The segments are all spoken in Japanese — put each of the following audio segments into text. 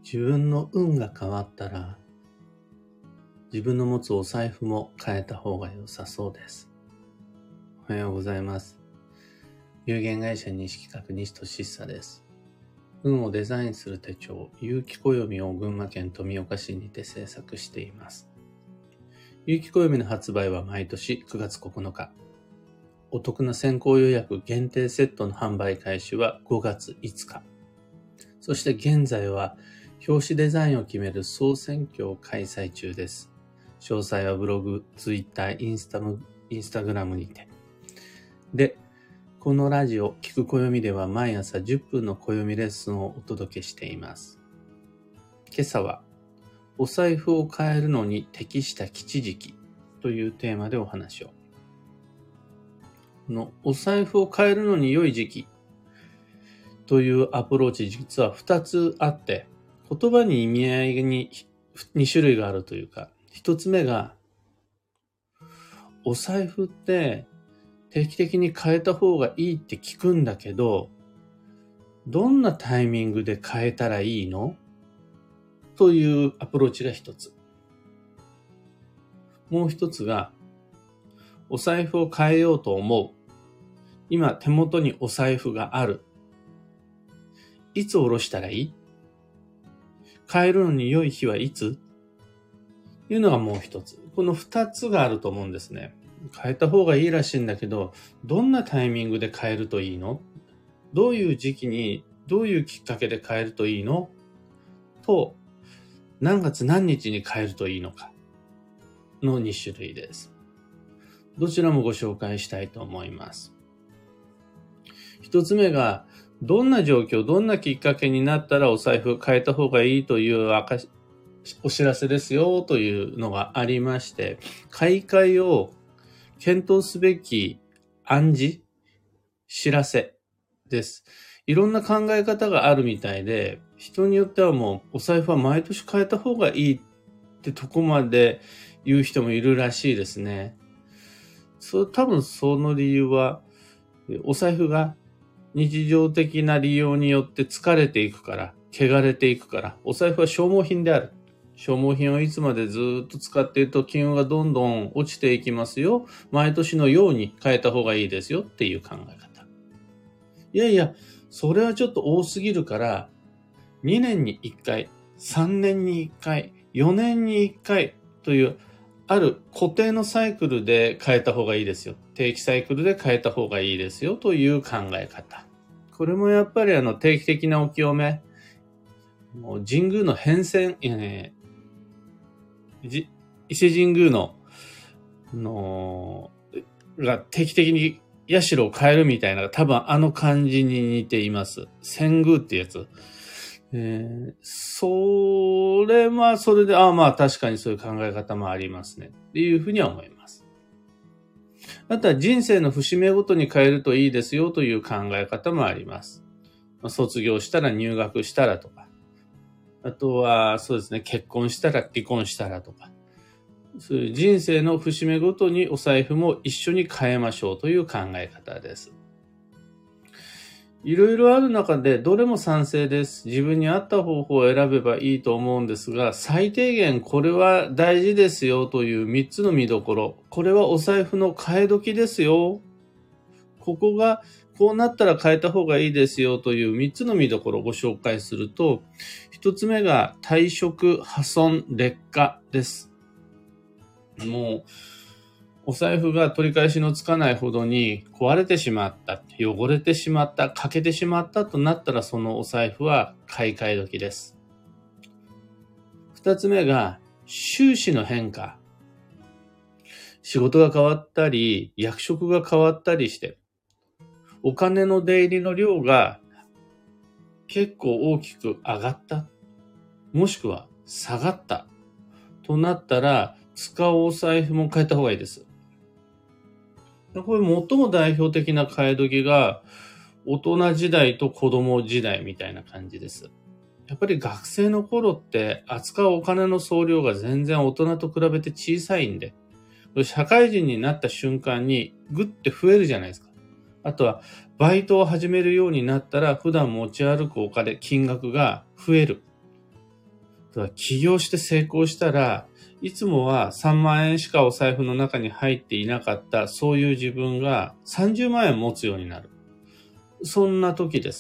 自分の運が変わったら、自分の持つお財布も変えた方が良さそうです。おはようございます。有限会社西企画西俊久です。運をデザインする手帳、有機暦を群馬県富岡市にて制作しています。有機暦の発売は毎年9月9日。お得な先行予約限定セットの販売開始は5月5日。そして現在は表紙デザインを決める総選挙を開催中です。詳細はブログ、ツイッター、インスタグラムにて。で、このラジオ、聞く暦では毎朝10分の暦レッスンをお届けしています。今朝は、お財布を変えるのに適した吉時期というテーマでお話を。お財布を変えるのに良い時期というアプローチ、実は2つあって、言葉に意味合いに2種類があるというか、1つ目が、お財布って定期的に変えた方がいいって聞くんだけど、どんなタイミングで変えたらいいの？というアプローチが1つ。もう1つが、お財布を変えようと思う。今手元にお財布がある。いつ下ろしたらいい？変えるのに良い日はいつ？いうのがもう一つ。この二つがあると思うんですね。変えた方がいいらしいんだけど、どんなタイミングで変えるといいの？どういう時期に、どういうきっかけで変えるといいの？と、何月何日に変えるといいのかの2種類です。どちらもご紹介したいと思います。一つ目が、どんな状況、どんなきっかけになったらお財布変えた方がいいというお知らせですよというのがありまして、買い替えを検討すべき暗示、知らせです。いろんな考え方があるみたいで、人によってはもうお財布は毎年変えた方がいいってとこまで言う人もいるらしいですね。多分その理由は、お財布が日常的な利用によって疲れていくから、汚れていくから、お財布は消耗品である。消耗品をいつまでずっと使っていると金運がどんどん落ちていきますよ。毎年のように変えた方がいいですよっていう考え方。いやいや、それはちょっと多すぎるから、2年に1回、3年に1回、4年に1回という、ある固定のサイクルで変えた方がいいですよ。定期サイクルで変えた方がいいですよという考え方。これもやっぱり定期的なお清め、神宮の変遷、伊勢神宮が定期的に社を変えるみたいな、多分感じに似ています。遷宮ってやつ。それはそれで、まあ確かにそういう考え方もありますね。っていうふうには思います。あとは人生の節目ごとに変えるといいですよという考え方もあります。卒業したら入学したらとか。あとはそうですね、結婚したら離婚したらとか。そういう人生の節目ごとにお財布も一緒に変えましょうという考え方です。いろいろある中でどれも賛成です。自分に合った方法を選べばいいと思うんですが、最低限これは大事ですよという3つの見どころ。これはお財布の替え時ですよ。ここがこうなったら変えた方がいいですよという3つの見どころをご紹介すると、1つ目が退職、破損、劣化です。もう、お財布が取り返しのつかないほどに壊れてしまった、汚れてしまった、欠けてしまったとなったらそのお財布は買い替え時です。二つ目が収支の変化。仕事が変わったり、役職が変わったりして、お金の出入りの量が結構大きく上がった、もしくは下がったとなったら、使うお財布も変えた方がいいです。これ最も代表的な替え時が大人時代と子供時代みたいな感じです。やっぱり学生の頃って扱うお金の総量が全然大人と比べて小さいんで、社会人になった瞬間にグッて増えるじゃないですか。あとはバイトを始めるようになったら普段持ち歩くお金、金額が増える。 とは起業して成功したら、いつもは3万円しかお財布の中に入っていなかった、そういう自分が30万円持つようになる。そんな時です。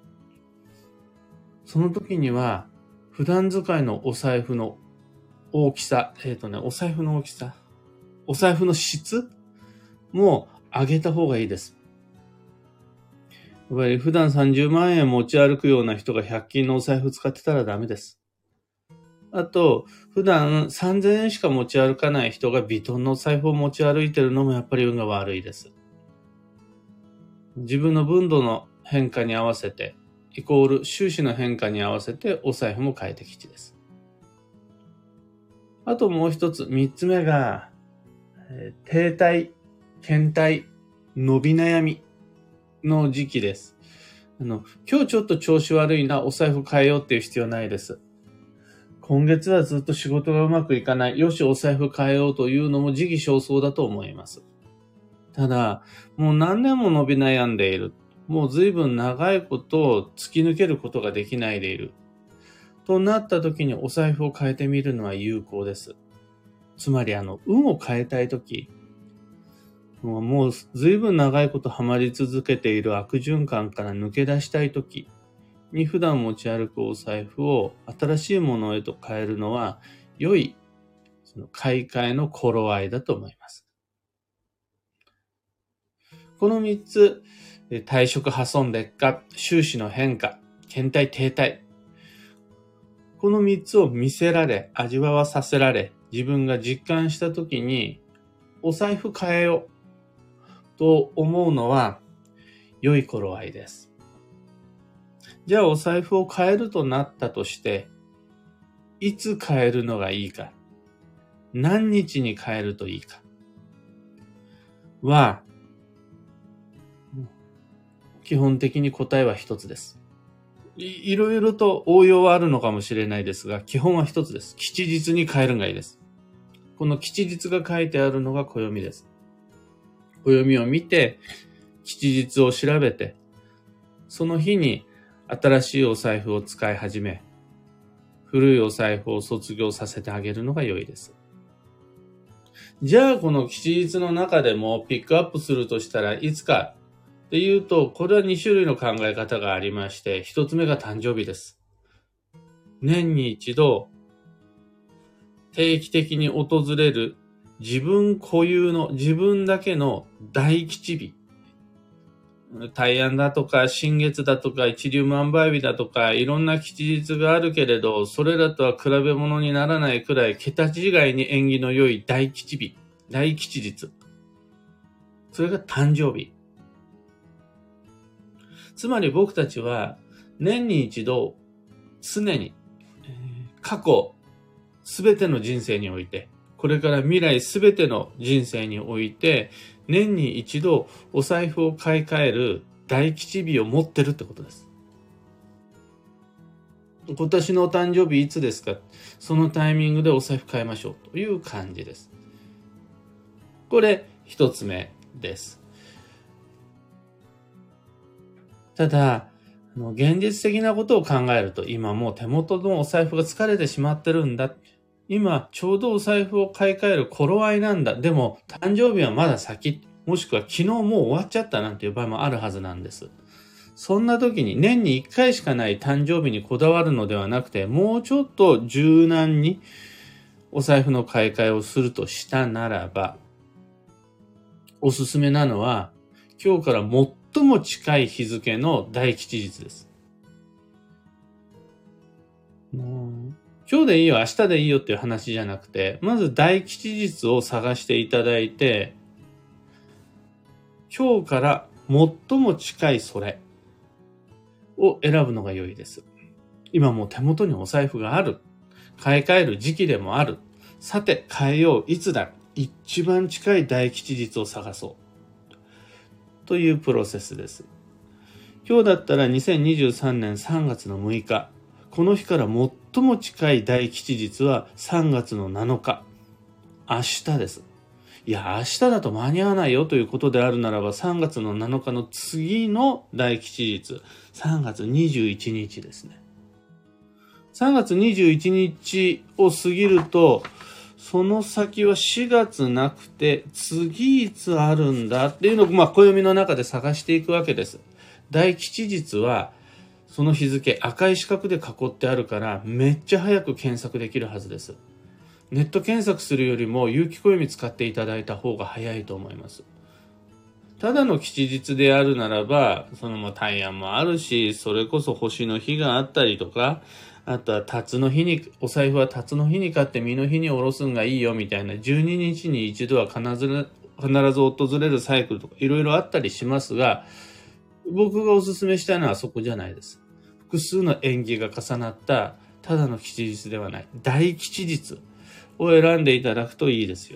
その時には、普段使いのお財布の大きさ、お財布の大きさ、お財布の質も上げた方がいいです。やっぱり普段30万円持ち歩くような人が100均のお財布使ってたらダメです。あと、普段3000円しか持ち歩かない人がヴィトンのお財布を持ち歩いてるのもやっぱり運が悪いです。自分の分度の変化に合わせて、イコール収支の変化に合わせてお財布も変えてきちです。あともう一つ、三つ目が、停滞、倦怠、伸び悩みの時期です。今日ちょっと調子悪いな、お財布変えようっていう必要ないです。今月はずっと仕事がうまくいかない、よしお財布変えようというのも時期尚早だと思います。ただ、もう何年も伸び悩んでいる。もう随分長いことを突き抜けることができないでいる。となった時にお財布を変えてみるのは有効です。つまり運を変えたい時、もう随分長いことハマり続けている悪循環から抜け出したい時に普段持ち歩くお財布を新しいものへと変えるのは良い買い替えの頃合いだと思います。この3つ、退職破損劣化、収支の変化、倦怠停滞。この3つを見せられ、味わわさせられ、自分が実感したときに、お財布変えようと思うのは良い頃合いです。じゃあお財布を変えるとなったとして、いつ変えるのがいいか、何日に変えるといいかは、基本的に答えは一つです。いろいろと応用はあるのかもしれないですが、基本は一つです。吉日に変えるのがいいです。この吉日が書いてあるのが暦です。暦を見て、吉日を調べて、その日に新しいお財布を使い始め、古いお財布を卒業させてあげるのが良いです。じゃあこの吉日の中でもピックアップするとしたらいつかっていうと、これは2種類の考え方がありまして、1つ目が誕生日です。年に一度、定期的に訪れる自分固有の、自分だけの大吉日。大安だとか、新月だとか、一粒万倍日だとか、いろんな吉日があるけれど、それらとは比べ物にならないくらい、桁違いに縁起の良い大吉日、大吉日。それが誕生日。つまり僕たちは、年に一度、常に、過去、すべての人生において、これから未来すべての人生において、年に一度お財布を買い替える大吉日を持ってるってことです。今年のお誕生日いつですか？そのタイミングでお財布変えましょうという感じです。これ一つ目です。ただ、現実的なことを考えると、今もう手元のお財布が疲れてしまってるんだ。今、ちょうどお財布を買い替える頃合いなんだ。でも、誕生日はまだ先。もしくは昨日もう終わっちゃったなんていう場合もあるはずなんです。そんな時に年に1回しかない誕生日にこだわるのではなくて、もうちょっと柔軟にお財布の買い替えをするとしたならば、おすすめなのは、今日から最も近い日付の大吉日です。今日でいいよ、明日でいいよっていう話じゃなくて、まず大吉日を探していただいて、今日から最も近いそれを選ぶのが良いです。今もう手元にお財布がある。買い替える時期でもある。さて、変えよう。いつだ？一番近い大吉日を探そう。というプロセスです。今日だったら2023年3月の6日。この日から最も近い大吉日は3月の7日。明日です。いや、明日だと間に合わないよということであるならば、3月の7日の次の大吉日、3月21日ですね。 3月21日を過ぎると、その先は4月なくて、次いつあるんだっていうのを、暦の中で探していくわけです。大吉日は、その日付赤い四角で囲ってあるから、めっちゃ早く検索できるはずです。ネット検索するよりも、有機暦使っていただいた方が早いと思います。ただの吉日であるならば、大安もあるし、それこそ星の日があったりとか、あとは辰の日に、お財布は辰の日に買って身の日に下ろすんがいいよみたいな、12日に一度は必ず訪れるサイクルとかいろいろあったりしますが、僕がおすすめしたいのはそこじゃないです。複数の縁起が重なったただの吉日ではない、大吉日を選んでいただくといいですよ。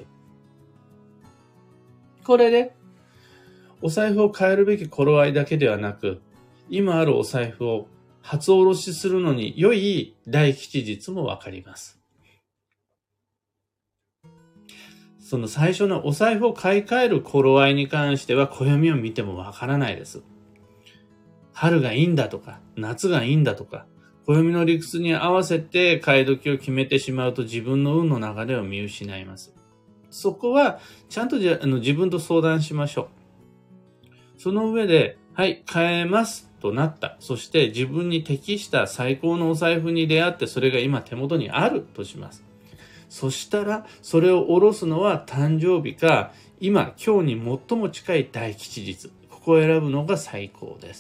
これで、お財布を変えるべき頃合いだけではなく、今あるお財布を初おろしするのに良い大吉日もわかります。その最初のお財布を買い替える頃合いに関しては暦を見てもわからないです。春がいいんだとか、夏がいいんだとか、暦の理屈に合わせて買い時を決めてしまうと自分の運の流れを見失います。そこはちゃんと自分と相談しましょう。その上で、はい、変えますとなった。そして自分に適した最高のお財布に出会って、それが今手元にあるとします。そしたら、それを下ろすのは誕生日か、今日に最も近い大吉日。ここを選ぶのが最高です。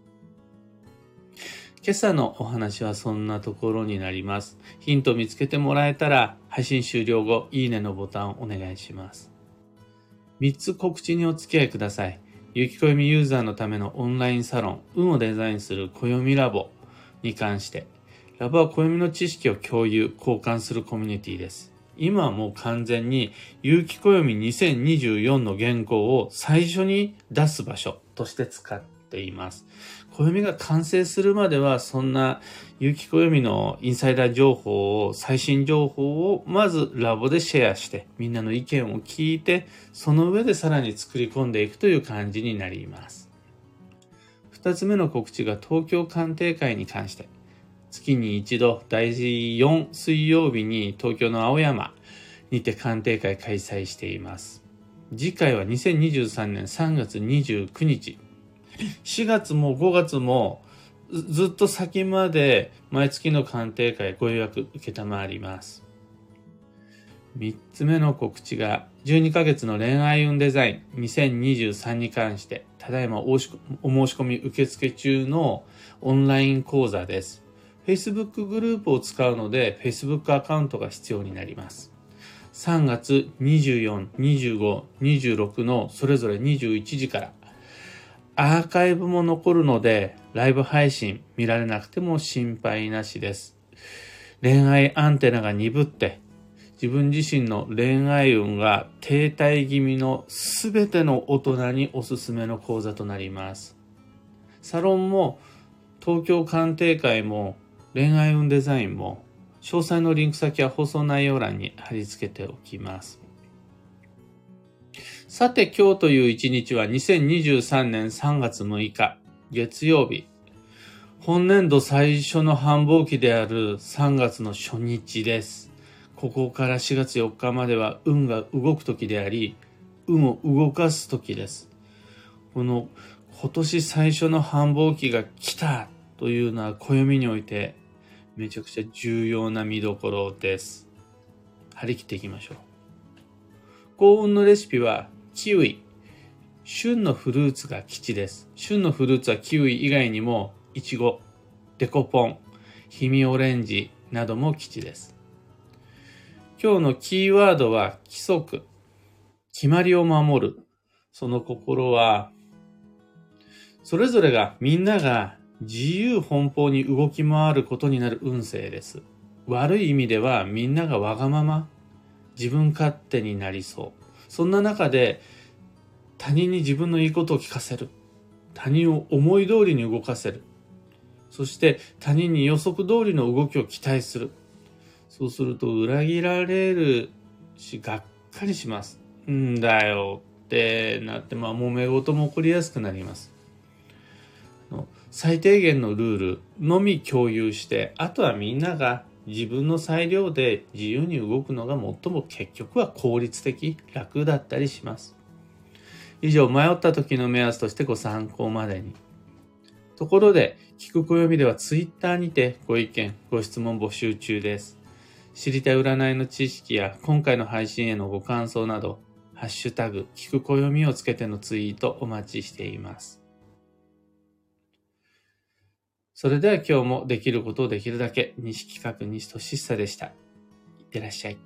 今朝のお話はそんなところになります。ヒントを見つけてもらえたら、配信終了後、いいねのボタンをお願いします。3つ告知にお付き合いください。有機暦ユーザーのためのオンラインサロン、運をデザインする暦ラボに関して、ラボは暦の知識を共有、交換するコミュニティです。今はもう完全に有機暦2024の原稿を最初に出す場所として使っています。暦が完成するまではそんな有機暦のインサイダー情報を、最新情報をまずラボでシェアして、みんなの意見を聞いて、その上でさらに作り込んでいくという感じになります。二つ目の告知が東京鑑定会に関して、月に一度第4水曜日に東京の青山にて鑑定会開催しています。次回は2023年3月29日。4月も5月もずっと先まで毎月の鑑定会ご予約受けたまわります。3つ目の告知が12ヶ月の恋愛運デザイン2023に関してただいまお申し込み受付中のオンライン講座です。Facebook グループを使うので Facebook アカウントが必要になります。3月24、25、26のそれぞれ21時からアーカイブも残るので、ライブ配信見られなくても心配なしです。恋愛アンテナが鈍って、自分自身の恋愛運が停滞気味のすべての大人におすすめの講座となります。サロンも、東京鑑定会も、恋愛運デザインも、詳細のリンク先は放送内容欄に貼り付けておきます。さて今日という一日は2023年3月6日月曜日。本年度最初の繁忙期である3月の初日です。ここから4月4日までは運が動く時であり、運を動かす時です。今年最初の繁忙期が来たというのは暦においてめちゃくちゃ重要な見どころです。張り切っていきましょう。幸運のレシピはキウイ。旬のフルーツが吉です。旬のフルーツはキウイ以外にもイチゴ、デコポン、氷見オレンジなども吉です。今日のキーワードは規則。決まりを守る。その心は、それぞれがみんなが自由奔放に動き回ることになる運勢です。悪い意味ではみんながわがまま、自分勝手になりそう。そんな中で他人に自分の言うことを聞かせる。他人を思い通りに動かせる。そして他人に予測通りの動きを期待する。そうすると裏切られるし、がっかりします。んだよってなって、揉め事も起こりやすくなります。 最低限のルールのみ共有して、あとはみんなが自分の裁量で自由に動くのが最も結局は効率的、楽だったりします。以上、迷った時の目安としてご参考までに。ところで、聞く暦ではツイッターにてご意見、ご質問募集中です。知りたい占いの知識や今回の配信へのご感想など、ハッシュタグ、聞く暦をつけてのツイートお待ちしています。それでは今日もできることをできるだけ、西企画西俊久でした。いってらっしゃい。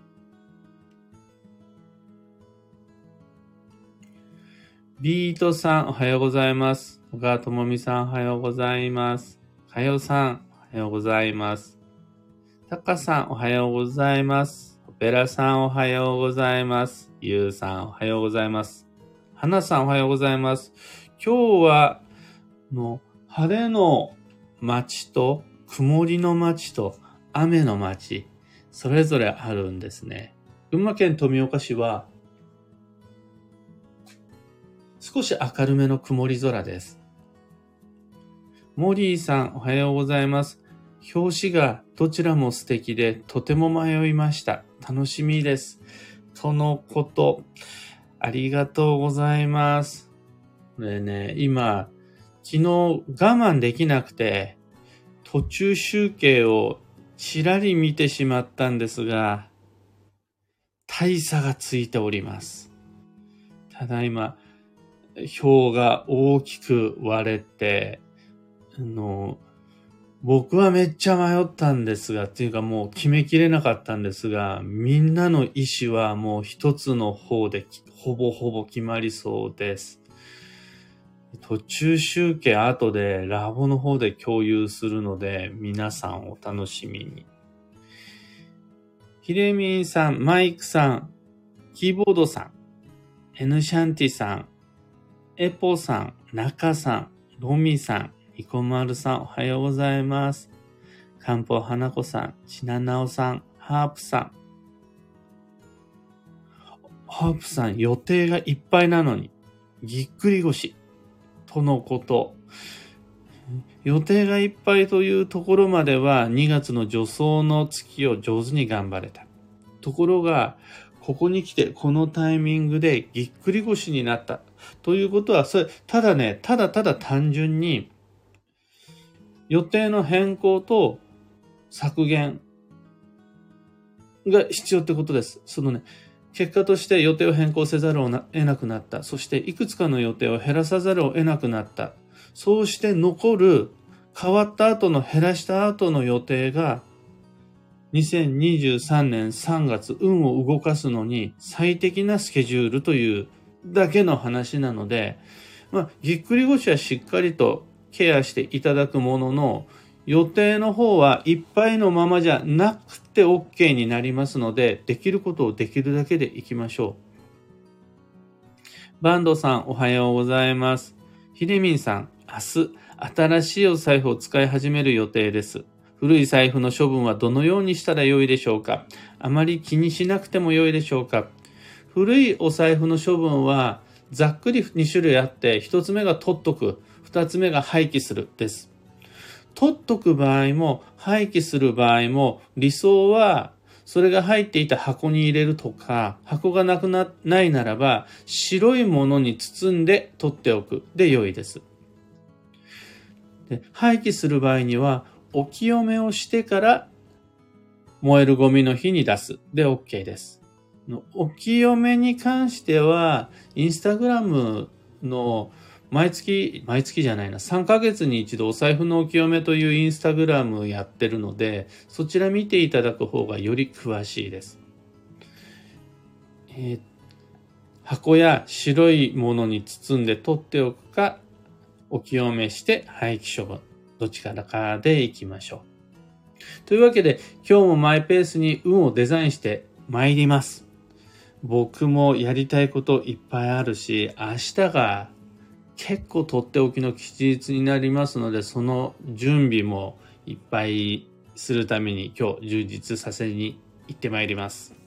ビートさん、おはようございます。小川智美さん、おはようございます。かよさん、おはようございます。たかさん、おはようございます。オペラさん、おはようございます。ゆうさん、おはようございます。はなさん、おはようございます。今日は、晴れの街と、曇りの街と、雨の街、それぞれあるんですね。群馬県富岡市は、少し明るめの曇り空です。モリーさん、おはようございます。表紙がどちらも素敵で、とても迷いました。楽しみです。とのこと、ありがとうございます。これね、今、昨日我慢できなくて、途中集計をちらり見てしまったんですが、大差がついております。ただいま、表が大きく割れて、僕はめっちゃ迷ったんですが、っていうかもう決めきれなかったんですが、みんなの意思はもう一つの方でほぼほぼ決まりそうです。途中集計後でラボの方で共有するので、皆さんお楽しみに。ひれみんさん、マイクさん、キーボードさん、エヌシャンティさん、エポさん、ナカさん、ロミさん、ニコマルさん、おはようございます。かんぽうはなこさん、ちななおさん、ハープさん。ハープさん、予定がいっぱいなのに、ぎっくり腰、とのこと。予定がいっぱいというところまでは、2月の助走の月を上手に頑張れた。ところが、ここに来て、このタイミングでぎっくり腰になった。ということは、ただ単純に、予定の変更と削減が必要ってことです。結果として予定を変更せざるを得なくなった。そして、いくつかの予定を減らさざるを得なくなった。そうして残る、変わった後の減らした後の予定が、2023年3月、運を動かすのに最適なスケジュールというだけの話なので、ぎっくり腰はしっかりとケアしていただくものの、予定の方はいっぱいのままじゃなくて OK になりますので、できることをできるだけでいきましょう。バンドさん、おはようございます。ひでみんさん、明日、新しいお財布を使い始める予定です。古い財布の処分はどのようにしたらよいでしょうか？あまり気にしなくてもよいでしょうか？古いお財布の処分はざっくり2種類あって、1つ目が取っとく、2つ目が廃棄するです。取っとく場合も廃棄する場合も、理想はそれが入っていた箱に入れるとか、箱がないならば白いものに包んで取っておくで良いです。で、廃棄する場合にはお清めをしてから燃えるゴミの日に出すで OK です。お清めに関しては、インスタグラムの毎月じゃないな、3ヶ月に一度お財布のお清めというインスタグラムやってるので、そちら見ていただく方がより詳しいです。箱や白いものに包んで取っておくか、お清めして廃棄処分。どちらかでいきましょう。というわけで、今日もマイペースに運をデザインして参ります。僕もやりたいこといっぱいあるし、明日が結構とっておきの吉日になりますので、その準備もいっぱいするために今日充実させに行ってまいります。